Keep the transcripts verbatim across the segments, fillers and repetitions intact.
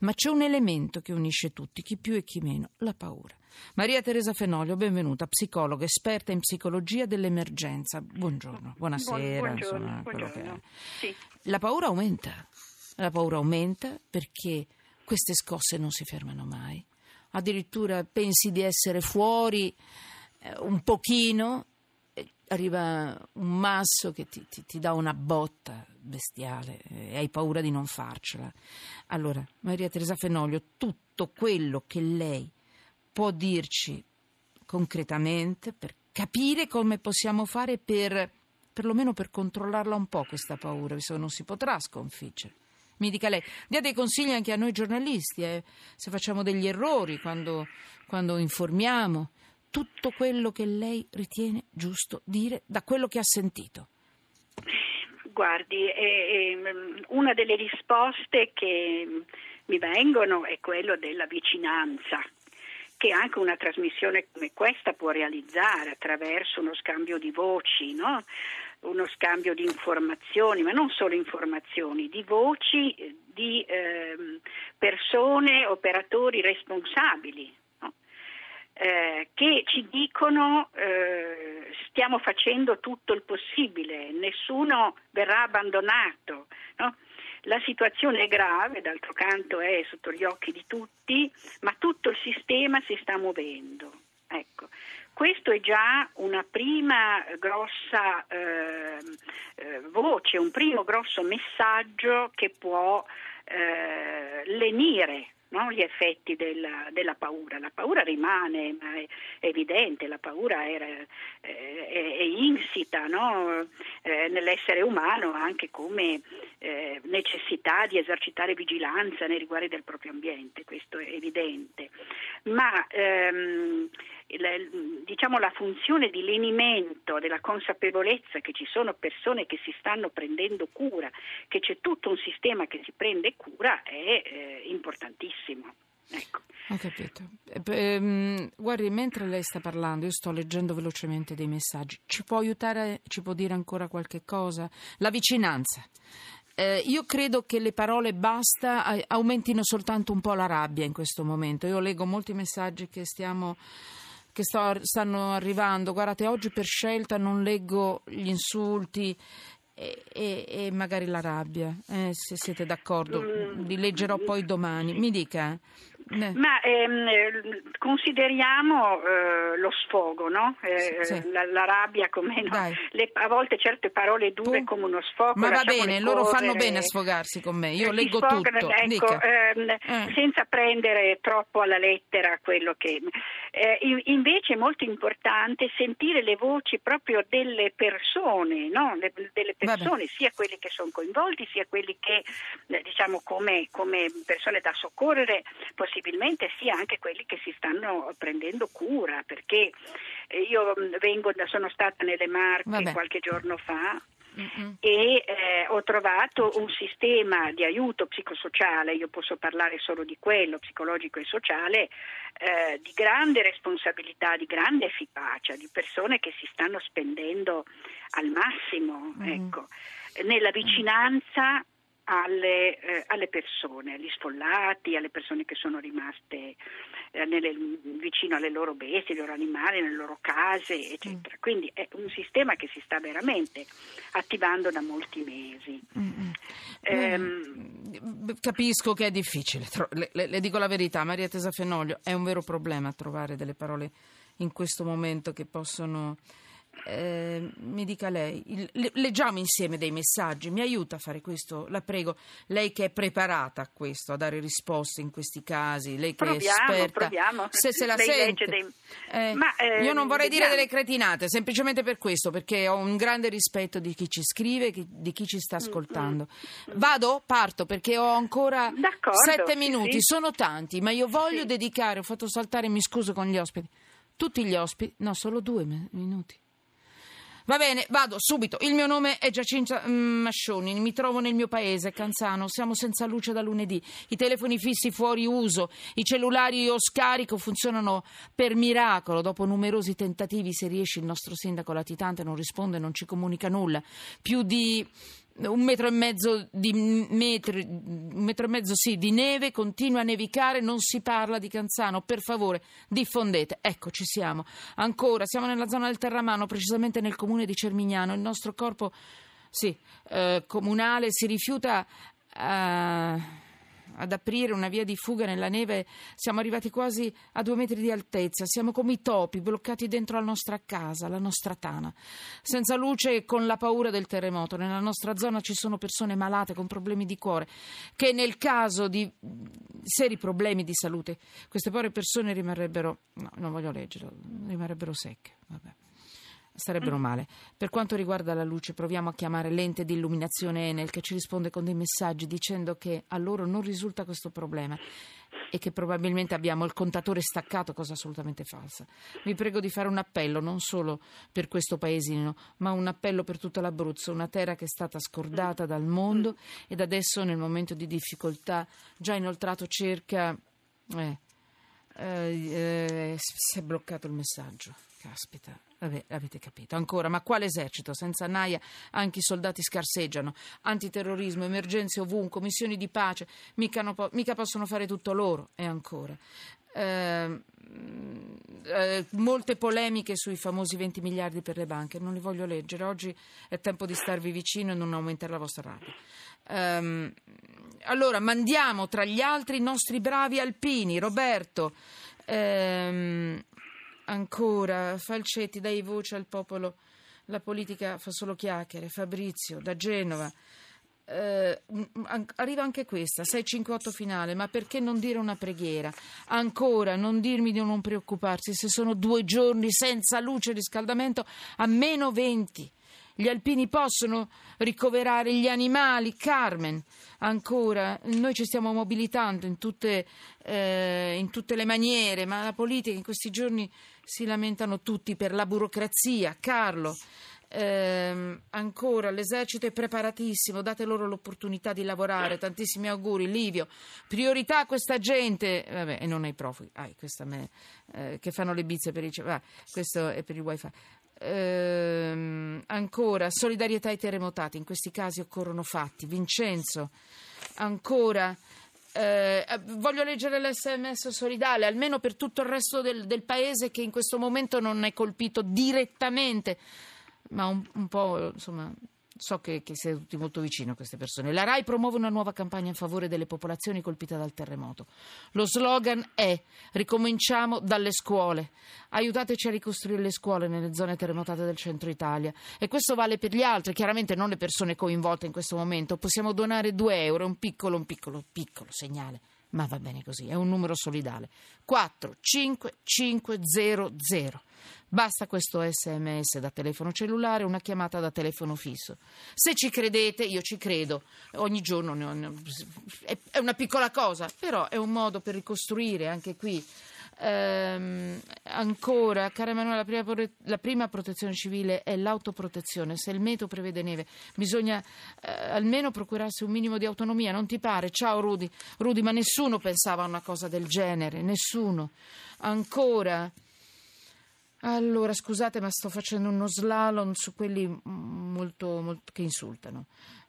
ma c'è un elemento che unisce tutti, chi più e chi meno, la paura. Maria Teresa Fenoglio, benvenuta, psicologa, esperta in psicologia dell'emergenza. Buongiorno, buonasera. Buongiorno, Insomma, quello buongiorno. che è. Sì. La paura aumenta, la paura aumenta perché queste scosse non si fermano mai. Addirittura pensi di essere fuori eh, un pochino, eh, arriva un masso che ti, ti, ti dà una botta bestiale e hai paura di non farcela. Allora, Maria Teresa Fenoglio, tutto quello che lei può dirci concretamente per capire come possiamo fare per, perlomeno per controllarla un po' questa paura, visto che non si potrà sconfiggere. Mi dica lei, dia dei consigli anche a noi giornalisti, eh, se facciamo degli errori quando, quando informiamo, tutto quello che lei ritiene giusto dire da quello che ha sentito. Guardi, eh, eh, una delle risposte che mi vengono è quello della vicinanza, che anche una trasmissione come questa può realizzare attraverso uno scambio di voci, no? Uno scambio di informazioni, ma non solo informazioni, di voci di eh, persone, operatori responsabili, no? eh, che ci dicono eh, stiamo facendo tutto il possibile, nessuno verrà abbandonato, no? La situazione è grave, d'altro canto è sotto gli occhi di tutti, ma tutto il sistema si sta muovendo. Ecco, questo è già una prima grossa eh, eh, voce, un primo grosso messaggio che può eh, lenire, no, gli effetti della, della paura. La paura rimane, ma è evidente, la paura era, è, è, è insita, no, eh, nell'essere umano, anche come eh, necessità di esercitare vigilanza nei riguardi del proprio ambiente, questo è evidente. Ma ehm, la, diciamo la funzione di lenimento della consapevolezza che ci sono persone che si stanno prendendo cura, che c'è tutto un sistema che si prende cura, è eh, importantissimo. Ecco. Ho capito. Ehm, guardi, mentre lei sta parlando, io sto leggendo velocemente dei messaggi. Ci può aiutare, ci può dire ancora qualche cosa? La vicinanza. Eh, io credo che le parole basta aumentino soltanto un po' la rabbia in questo momento. Io leggo molti messaggi che stiamo che sto, stanno arrivando. Guardate, oggi per scelta non leggo gli insulti e, e, e magari la rabbia, eh, se siete d'accordo. Li leggerò poi domani. Mi dica. Eh. Ma ehm, consideriamo eh, lo sfogo, no? Eh, sì. la, la rabbia come no? Le, a volte certe parole dure tu? Come uno sfogo. Ma va bene, loro correre. Fanno bene a sfogarsi con me. Io eh, leggo sfogano, tutto. Ecco, ehm, eh. senza prendere troppo alla lettera quello che. Eh, invece è molto importante sentire le voci proprio delle persone, no? Le, delle persone, sia quelli che sono coinvolti, sia quelli che eh, diciamo come, come persone da soccorrere, possibilmente sia anche quelli che si stanno prendendo cura, perché io vengo da, sono stata nelle Marche Vabbè. qualche giorno fa. Mm-hmm. E eh, ho trovato un sistema di aiuto psicosociale, io posso parlare solo di quello, psicologico e sociale, eh, di grande responsabilità, di grande efficacia, di persone che si stanno spendendo al massimo, mm-hmm. ecco, nella vicinanza alle, eh, alle persone, agli sfollati, alle persone che sono rimaste eh, nelle, vicino alle loro bestie, ai loro animali, nelle loro case, eccetera. Mm. Quindi è un sistema che si sta veramente attivando da molti mesi. Mm-hmm. Ehm, Capisco che è difficile, le, le, le dico la verità, Maria Teresa Fenoglio, è un vero problema trovare delle parole in questo momento che possono... Eh, mi dica lei, il, leggiamo insieme dei messaggi, mi aiuta a fare questo, la prego, lei che è preparata a questo, a dare risposte in questi casi, lei che proviamo, è esperta, proviamo. se se la sente dei... eh, Ma, eh, io non vorrei vediamo. dire delle cretinate, semplicemente per questo, perché ho un grande rispetto di chi ci scrive, di chi ci sta ascoltando. Mm-hmm. Vado? Parto, perché ho ancora D'accordo, sette minuti, sì. Sono tanti, ma io voglio sì. dedicare, ho fatto saltare, mi scuso con gli ospiti, tutti gli ospiti, no, solo due minuti. Va bene, vado subito. Il mio nome è Giacinta Mascioni, mi trovo nel mio paese, Canzano. Siamo senza luce da lunedì. I telefoni fissi fuori uso, i cellulari o scarico funzionano per miracolo. Dopo numerosi tentativi, se riesce, il nostro sindaco latitante non risponde, non ci comunica nulla. Più di un metro e mezzo di metri, un metro e mezzo sì, di neve, continua a nevicare, non si parla di Canzano, per favore diffondete. Ecco, ci siamo ancora, siamo nella zona del Terramano, precisamente nel comune di Cermignano. Il nostro corpo sì, eh, comunale si rifiuta a ad aprire una via di fuga nella neve. Siamo arrivati quasi a due metri di altezza, siamo come i topi bloccati dentro la nostra casa, la nostra tana, senza luce e con la paura del terremoto. Nella nostra zona ci sono persone malate con problemi di cuore che nel caso di seri problemi di salute queste povere persone rimarrebbero, no, non voglio leggerlo, rimarrebbero secche, vabbè. Starebbero male. Per quanto riguarda la luce, proviamo a chiamare l'ente di illuminazione Enel, che ci risponde con dei messaggi dicendo che a loro non risulta questo problema e che probabilmente abbiamo il contatore staccato, cosa assolutamente falsa. Vi prego di fare un appello non solo per questo paesino, ma un appello per tutta l'Abruzzo, una terra che è stata scordata dal mondo ed adesso nel momento di difficoltà già inoltrato cerca eh, eh, eh, si è bloccato il messaggio. Caspita, vabbè, avete capito. Ancora, ma quale esercito? Senza naia anche i soldati scarseggiano. Antiterrorismo, emergenze ovunque, missioni di pace, mica, no, mica possono fare tutto loro. E ancora. Eh, eh, molte polemiche sui famosi venti miliardi per le banche, non li voglio leggere. Oggi è tempo di starvi vicino e non aumentare la vostra rabbia. Eh, allora, mandiamo tra gli altri i nostri bravi alpini. Roberto, ehm, ancora Falcetti, dai voce al popolo, la politica fa solo chiacchiere. Fabrizio da Genova, eh, arriva anche questa sei cinque otto finale, ma perché non dire una preghiera? Ancora, non dirmi di non preoccuparsi se sono due giorni senza luce e riscaldamento a meno venti. Gli alpini possono ricoverare gli animali. Carmen, ancora, noi ci stiamo mobilitando in tutte, eh, in tutte le maniere, ma la politica in questi giorni si lamentano tutti per la burocrazia. Carlo, eh, ancora, l'esercito è preparatissimo, date loro l'opportunità di lavorare, tantissimi auguri. Livio, priorità a questa gente, vabbè, e non ai profughi, ah, questa me, eh, che fanno le bizze per i, ah, questo è per il wifi. Eh, ancora, solidarietà ai terremotati, in questi casi occorrono fatti. Vincenzo, ancora, eh, voglio leggere l'esse emme esse solidale, almeno per tutto il resto del, del paese che in questo momento non è colpito direttamente, ma un, un po', insomma, so che, che siete tutti molto vicino a queste persone. La RAI promuove una nuova campagna in favore delle popolazioni colpite dal terremoto. Lo slogan è: ricominciamo dalle scuole. Aiutateci a ricostruire le scuole nelle zone terremotate del centro Italia. E questo vale per gli altri, chiaramente non le persone coinvolte in questo momento. Possiamo donare due euro, un piccolo, un piccolo, piccolo segnale. Ma va bene così, è un numero solidale. quattro cinque cinque zero zero. Basta questo esse emme esse da telefono cellulare, una chiamata da telefono fisso. Se ci credete, io ci credo. Ogni giorno ne ho, ne ho, è una piccola cosa, però è un modo per ricostruire anche qui. Ehm, ancora, cara Emanuela, la prima, la prima protezione civile è l'autoprotezione. Se il meteo prevede neve, bisogna eh, almeno procurarsi un minimo di autonomia, non ti pare? Ciao Rudy. Rudy, ma nessuno pensava a una cosa del genere, nessuno. Ancora, allora, scusate, ma sto facendo uno slalom su quelli molto, molto che insultano.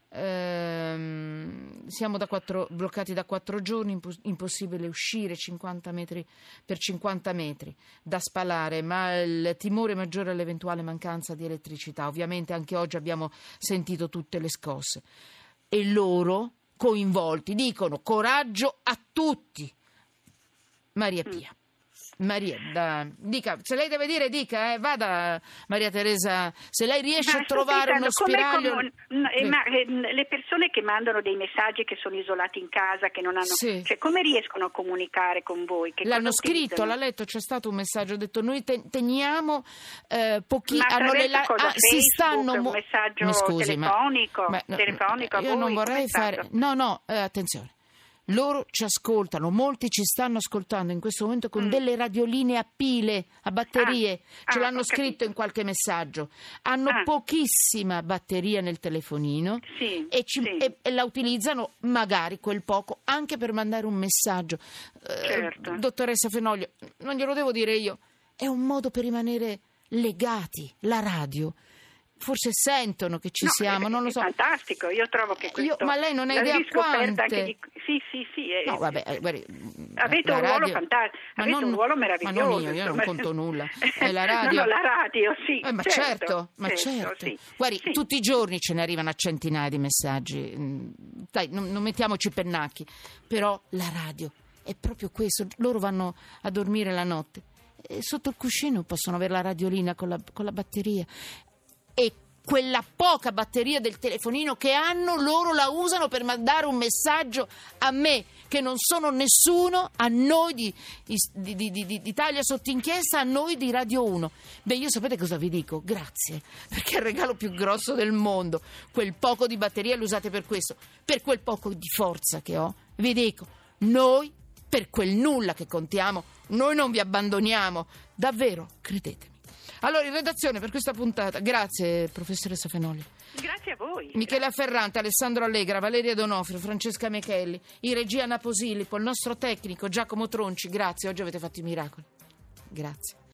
Ehm, siamo da quattro, bloccati da quattro giorni, impossibile uscire cinquanta metri per cinquanta metri da spalare, ma il timore maggiore è l'eventuale mancanza di elettricità. Ovviamente anche oggi abbiamo sentito tutte le scosse e loro coinvolti dicono coraggio a tutti. Maria Pia. Maria, da, dica, se lei deve dire dica, eh, vada Maria Teresa, se lei riesce ma a trovare uno spiraglio. Come, come, ma, eh, le persone che mandano dei messaggi che sono isolati in casa, che non hanno, sì. Cioè, come riescono a comunicare con voi? Che L'hanno scritto, l'ha letto, c'è stato un messaggio, ho detto noi te, teniamo eh, pochi, ma hanno le la- cosa, ah, Facebook, si stanno mo- un messaggio mi scusi, telefonico, ma, ma, telefonico io a voi, non vorrei fare, no no, eh, attenzione. Loro ci ascoltano, molti ci stanno ascoltando in questo momento con mm. delle radioline a pile, a batterie, ah, ce ah, l'hanno scritto capito. In qualche messaggio. Hanno ah. pochissima batteria nel telefonino sì, e, ci, sì. e, e la utilizzano magari quel poco anche per mandare un messaggio. Certo. Eh, dottoressa Fenoglio, non glielo devo dire io, è un modo per rimanere legati, la radio. forse sentono che ci no, siamo, è, non lo so. È fantastico, io trovo che questo... Io, ma lei non ha idea quante... Di, sì, sì, sì. È, no, vabbè, guardi, avete un radio... ruolo fantastico, avete non, un ruolo meraviglioso. Ma non io, io non conto nulla. È la radio... no, no, la radio, sì. Eh, ma certo, certo, ma certo, certo. Sì, Guardi, sì. tutti i giorni ce ne arrivano a centinaia di messaggi. Dai, non, non mettiamoci pennacchi. Però la radio è proprio questo. Loro vanno a dormire la notte e sotto il cuscino possono avere la radiolina con la, con la batteria. E quella poca batteria del telefonino che hanno, loro la usano per mandare un messaggio a me, che non sono nessuno, a noi di, di, di, di, di Italia sotto inchiesta, a noi di Radio uno. Beh, io sapete cosa vi dico? Grazie, perché è il regalo più grosso del mondo. Quel poco di batteria lo usate per questo, per quel poco di forza che ho. Vi dico, noi, per quel nulla che contiamo, noi non vi abbandoniamo. Davvero, credetemi. Allora, in redazione per questa puntata, grazie professoressa Fenoli. Grazie a voi. Michela Ferrante, Alessandro Allegra, Valeria Donofrio, Francesca Mechelli, in regia Anna Posillipo, il nostro tecnico Giacomo Tronci, grazie, oggi avete fatto i miracoli. Grazie.